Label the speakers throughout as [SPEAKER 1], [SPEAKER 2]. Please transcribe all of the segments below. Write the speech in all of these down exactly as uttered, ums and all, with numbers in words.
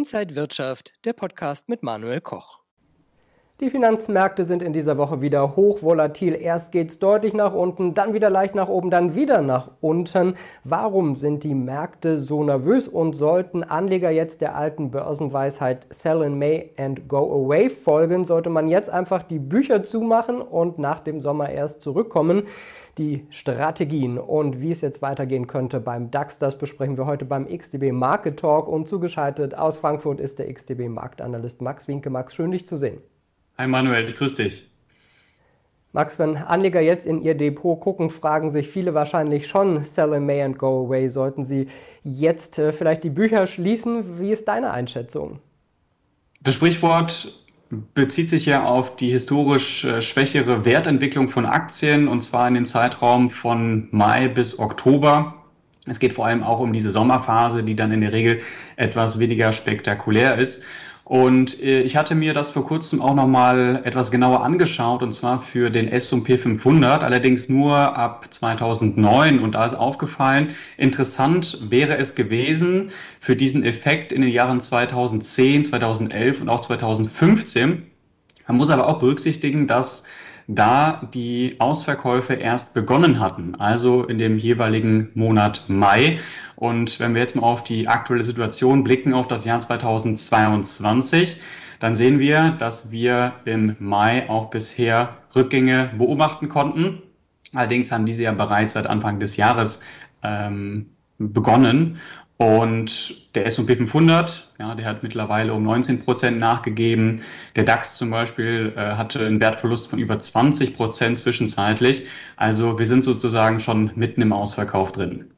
[SPEAKER 1] Inside Wirtschaft, der Podcast mit Manuel Koch.
[SPEAKER 2] Die Finanzmärkte sind in dieser Woche wieder hochvolatil. Erst geht es deutlich nach unten, dann wieder leicht nach oben, dann wieder nach unten. Warum sind die Märkte so nervös und sollten Anleger jetzt der alten Börsenweisheit Sell in May and Go Away folgen? Sollte man jetzt einfach die Bücher zumachen und nach dem Sommer erst zurückkommen? Die Strategien und wie es jetzt weitergehen könnte beim DAX, das besprechen wir heute beim X D B Market Talk. Und zugeschaltet aus Frankfurt ist der X D B Marktanalyst Max Wienke. Max, schön dich zu sehen.
[SPEAKER 3] Hi Manuel, ich grüße dich.
[SPEAKER 2] Max, wenn Anleger jetzt in ihr Depot gucken, fragen sich viele wahrscheinlich schon, Sell in May and Go Away. Sollten sie jetzt äh, vielleicht die Bücher schließen? Wie ist deine Einschätzung?
[SPEAKER 3] Das Sprichwort bezieht sich ja auf die historisch äh, schwächere Wertentwicklung von Aktien, und zwar in dem Zeitraum von Mai bis Oktober. Es geht vor allem auch um diese Sommerphase, die dann in der Regel etwas weniger spektakulär ist. Und ich hatte mir das vor kurzem auch nochmal etwas genauer angeschaut, und zwar für den S und P fünfhundert, allerdings nur ab zweitausendneun. Und da ist aufgefallen, interessant wäre es gewesen für diesen Effekt in den Jahren zweitausendzehn, zweitausendelf und auch zweitausendfünfzehn. Man muss aber auch berücksichtigen, dass da die Ausverkäufe erst begonnen hatten, also in dem jeweiligen Monat Mai. Und wenn wir jetzt mal auf die aktuelle Situation blicken, auf das Jahr zweitausendzweiundzwanzig, dann sehen wir, dass wir im Mai auch bisher Rückgänge beobachten konnten. Allerdings haben diese ja bereits seit Anfang des Jahres ähm, begonnen. Und der S und P fünfhundert, ja, der hat mittlerweile um neunzehn Prozent nachgegeben. Der DAX zum Beispiel äh, hatte einen Wertverlust von über zwanzig Prozent zwischenzeitlich. Also wir sind sozusagen schon mitten im Ausverkauf drin.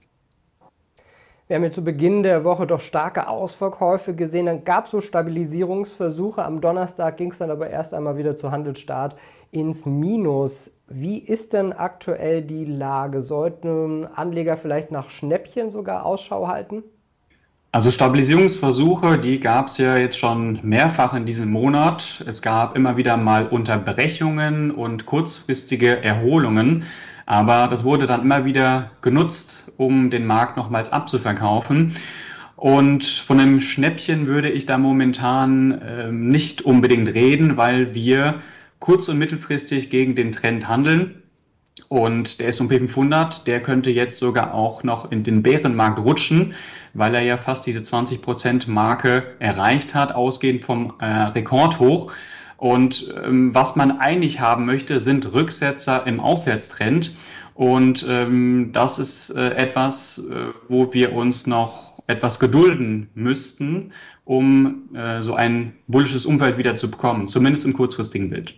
[SPEAKER 2] Wir haben ja zu Beginn der Woche doch starke Ausverkäufe gesehen. Dann gab es so Stabilisierungsversuche. Am Donnerstag ging es dann aber erst einmal wieder zu Handelsstart ins Minus. Wie ist denn aktuell die Lage? Sollten Anleger vielleicht nach Schnäppchen sogar Ausschau halten?
[SPEAKER 3] Also Stabilisierungsversuche, die gab es ja jetzt schon mehrfach in diesem Monat. Es gab immer wieder mal Unterbrechungen und kurzfristige Erholungen. Aber das wurde dann immer wieder genutzt, um den Markt nochmals abzuverkaufen. Und von einem Schnäppchen würde ich da momentan äh, nicht unbedingt reden, weil wir kurz- und mittelfristig gegen den Trend handeln. Und der S und P fünfhundert, der könnte jetzt sogar auch noch in den Bärenmarkt rutschen, weil er ja fast diese zwanzig Prozent Marke erreicht hat, ausgehend vom äh, Rekordhoch. Und ähm, was man eigentlich haben möchte, sind Rücksetzer im Aufwärtstrend. Und ähm, das ist äh, etwas, äh, wo wir uns noch etwas gedulden müssten, um äh, so ein bullisches Umfeld wieder zu bekommen, zumindest im kurzfristigen Bild.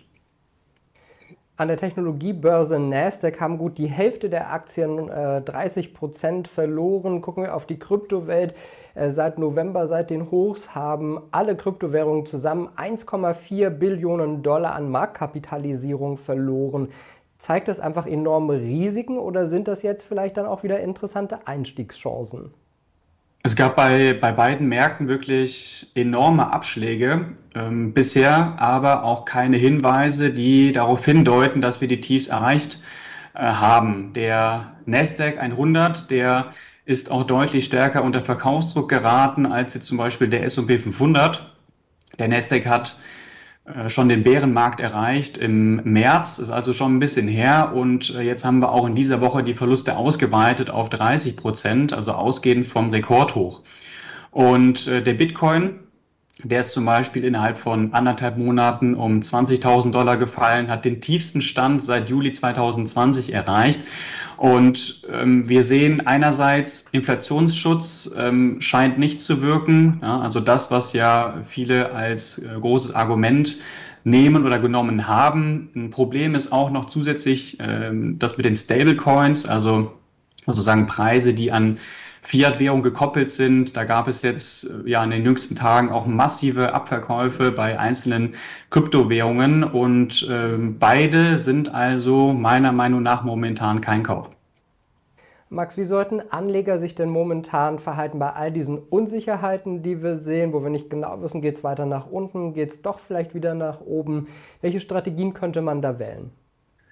[SPEAKER 2] An der Technologiebörse Nasdaq haben gut die Hälfte der Aktien äh, dreißig Prozent verloren. Gucken wir auf die Kryptowelt. Äh, seit November, seit den Hochs, haben alle Kryptowährungen zusammen eins Komma vier Billionen Dollar an Marktkapitalisierung verloren. Zeigt das einfach enorme Risiken oder sind das jetzt vielleicht dann auch wieder interessante Einstiegschancen?
[SPEAKER 3] Es gab bei, bei beiden Märkten wirklich enorme Abschläge, ähm, bisher aber auch keine Hinweise, die darauf hindeuten, dass wir die Tiefs erreicht äh, haben. Der Nasdaq hundert, der ist auch deutlich stärker unter Verkaufsdruck geraten als jetzt zum Beispiel der S und P fünfhundert. Der Nasdaq hat äh, schon den Bärenmarkt erreicht im März, ist also schon ein bisschen her, und äh, jetzt haben wir auch in dieser Woche die Verluste ausgeweitet auf dreißig Prozent, also ausgehend vom Rekordhoch. Und äh, der Bitcoin, der ist zum Beispiel innerhalb von anderthalb Monaten um zwanzigtausend Dollar gefallen, hat den tiefsten Stand seit Juli zweitausendzwanzig erreicht. Und ähm, wir sehen einerseits, Inflationsschutz ähm, scheint nicht zu wirken. Ja, also das, was ja viele als äh, großes Argument nehmen oder genommen haben. Ein Problem ist auch noch zusätzlich ähm, das mit den Stablecoins, also sozusagen Preise, die an Fiat-Währung gekoppelt sind. Da gab es jetzt ja in den jüngsten Tagen auch massive Abverkäufe bei einzelnen Kryptowährungen, und äh, beide sind also meiner Meinung nach momentan kein Kauf.
[SPEAKER 2] Max, wie sollten Anleger sich denn momentan verhalten bei all diesen Unsicherheiten, die wir sehen, wo wir nicht genau wissen, geht es weiter nach unten, geht es doch vielleicht wieder nach oben? Welche Strategien könnte man da wählen?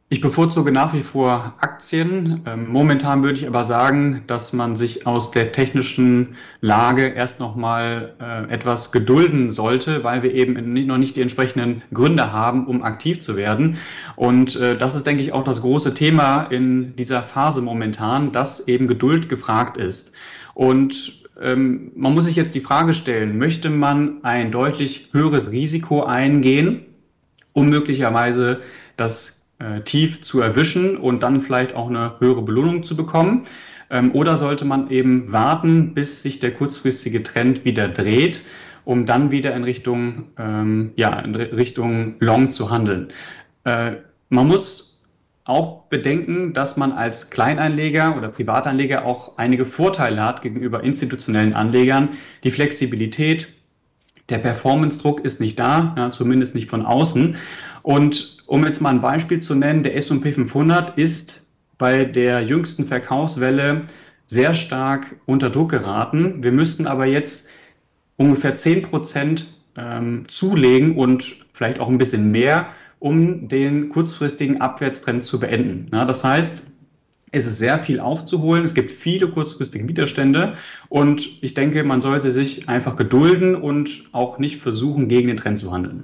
[SPEAKER 3] Ich bevorzuge nach wie vor Aktien. Ähm, momentan würde ich aber sagen, dass man sich aus der technischen Lage erst noch mal äh, etwas gedulden sollte, weil wir eben nicht, noch nicht die entsprechenden Gründe haben, um aktiv zu werden. Und äh, das ist, denke ich, auch das große Thema in dieser Phase momentan, dass eben Geduld gefragt ist. Und ähm, man muss sich jetzt die Frage stellen, möchte man ein deutlich höheres Risiko eingehen, um möglicherweise das tief zu erwischen und dann vielleicht auch eine höhere Belohnung zu bekommen? Ähm, oder sollte man eben warten, bis sich der kurzfristige Trend wieder dreht, um dann wieder in Richtung, ähm, ja, in Richtung Long zu handeln? Äh, man muss auch bedenken, dass man als Kleinanleger oder Privatanleger auch einige Vorteile hat gegenüber institutionellen Anlegern. Die Flexibilität, der Performance-Druck ist nicht da, ja, zumindest nicht von außen. Und um jetzt mal ein Beispiel zu nennen, der S und P fünfhundert ist bei der jüngsten Verkaufswelle sehr stark unter Druck geraten. Wir müssten aber jetzt ungefähr zehn Prozent ähm, zulegen und vielleicht auch ein bisschen mehr, um den kurzfristigen Abwärtstrend zu beenden. Ja, das heißt, es ist sehr viel aufzuholen. Es gibt viele kurzfristige Widerstände und ich denke, man sollte sich einfach gedulden und auch nicht versuchen, gegen den Trend zu handeln.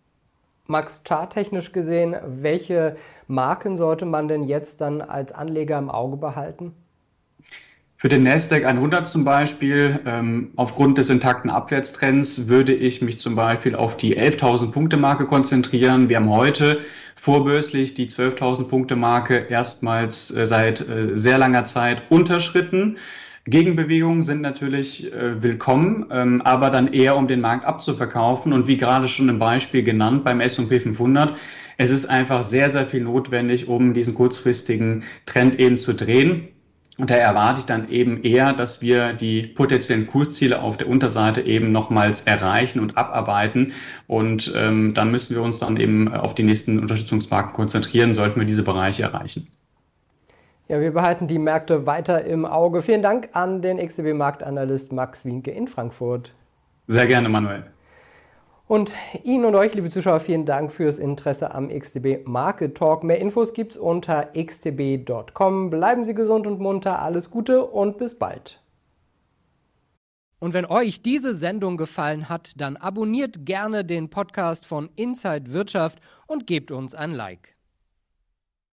[SPEAKER 2] Max, charttechnisch gesehen, welche Marken sollte man denn jetzt dann als Anleger im Auge behalten?
[SPEAKER 3] Für den Nasdaq hundert zum Beispiel, ähm, aufgrund des intakten Abwärtstrends, würde ich mich zum Beispiel auf die elftausend Punkte Marke konzentrieren. Wir haben heute vorbörslich die zwölftausend Punkte Marke erstmals äh, seit äh, sehr langer Zeit unterschritten. Gegenbewegungen sind natürlich äh, willkommen, ähm, aber dann eher, um den Markt abzuverkaufen. Und wie gerade schon im Beispiel genannt beim S und P fünfhundert, es ist einfach sehr, sehr viel notwendig, um diesen kurzfristigen Trend eben zu drehen. Und da erwarte ich dann eben eher, dass wir die potenziellen Kursziele auf der Unterseite eben nochmals erreichen und abarbeiten. Und ähm, dann müssen wir uns dann eben auf die nächsten Unterstützungsmarken konzentrieren, sollten wir diese Bereiche erreichen.
[SPEAKER 2] Ja, wir behalten die Märkte weiter im Auge. Vielen Dank an den X T B-Marktanalyst Max Wienke in Frankfurt.
[SPEAKER 3] Sehr gerne, Manuel.
[SPEAKER 2] Und Ihnen und euch, liebe Zuschauer, vielen Dank fürs Interesse am X T B Market Talk. Mehr Infos gibt's unter x t b punkt com. Bleiben Sie gesund und munter, alles Gute und bis bald.
[SPEAKER 1] Und wenn euch diese Sendung gefallen hat, dann abonniert gerne den Podcast von Inside Wirtschaft und gebt uns ein Like.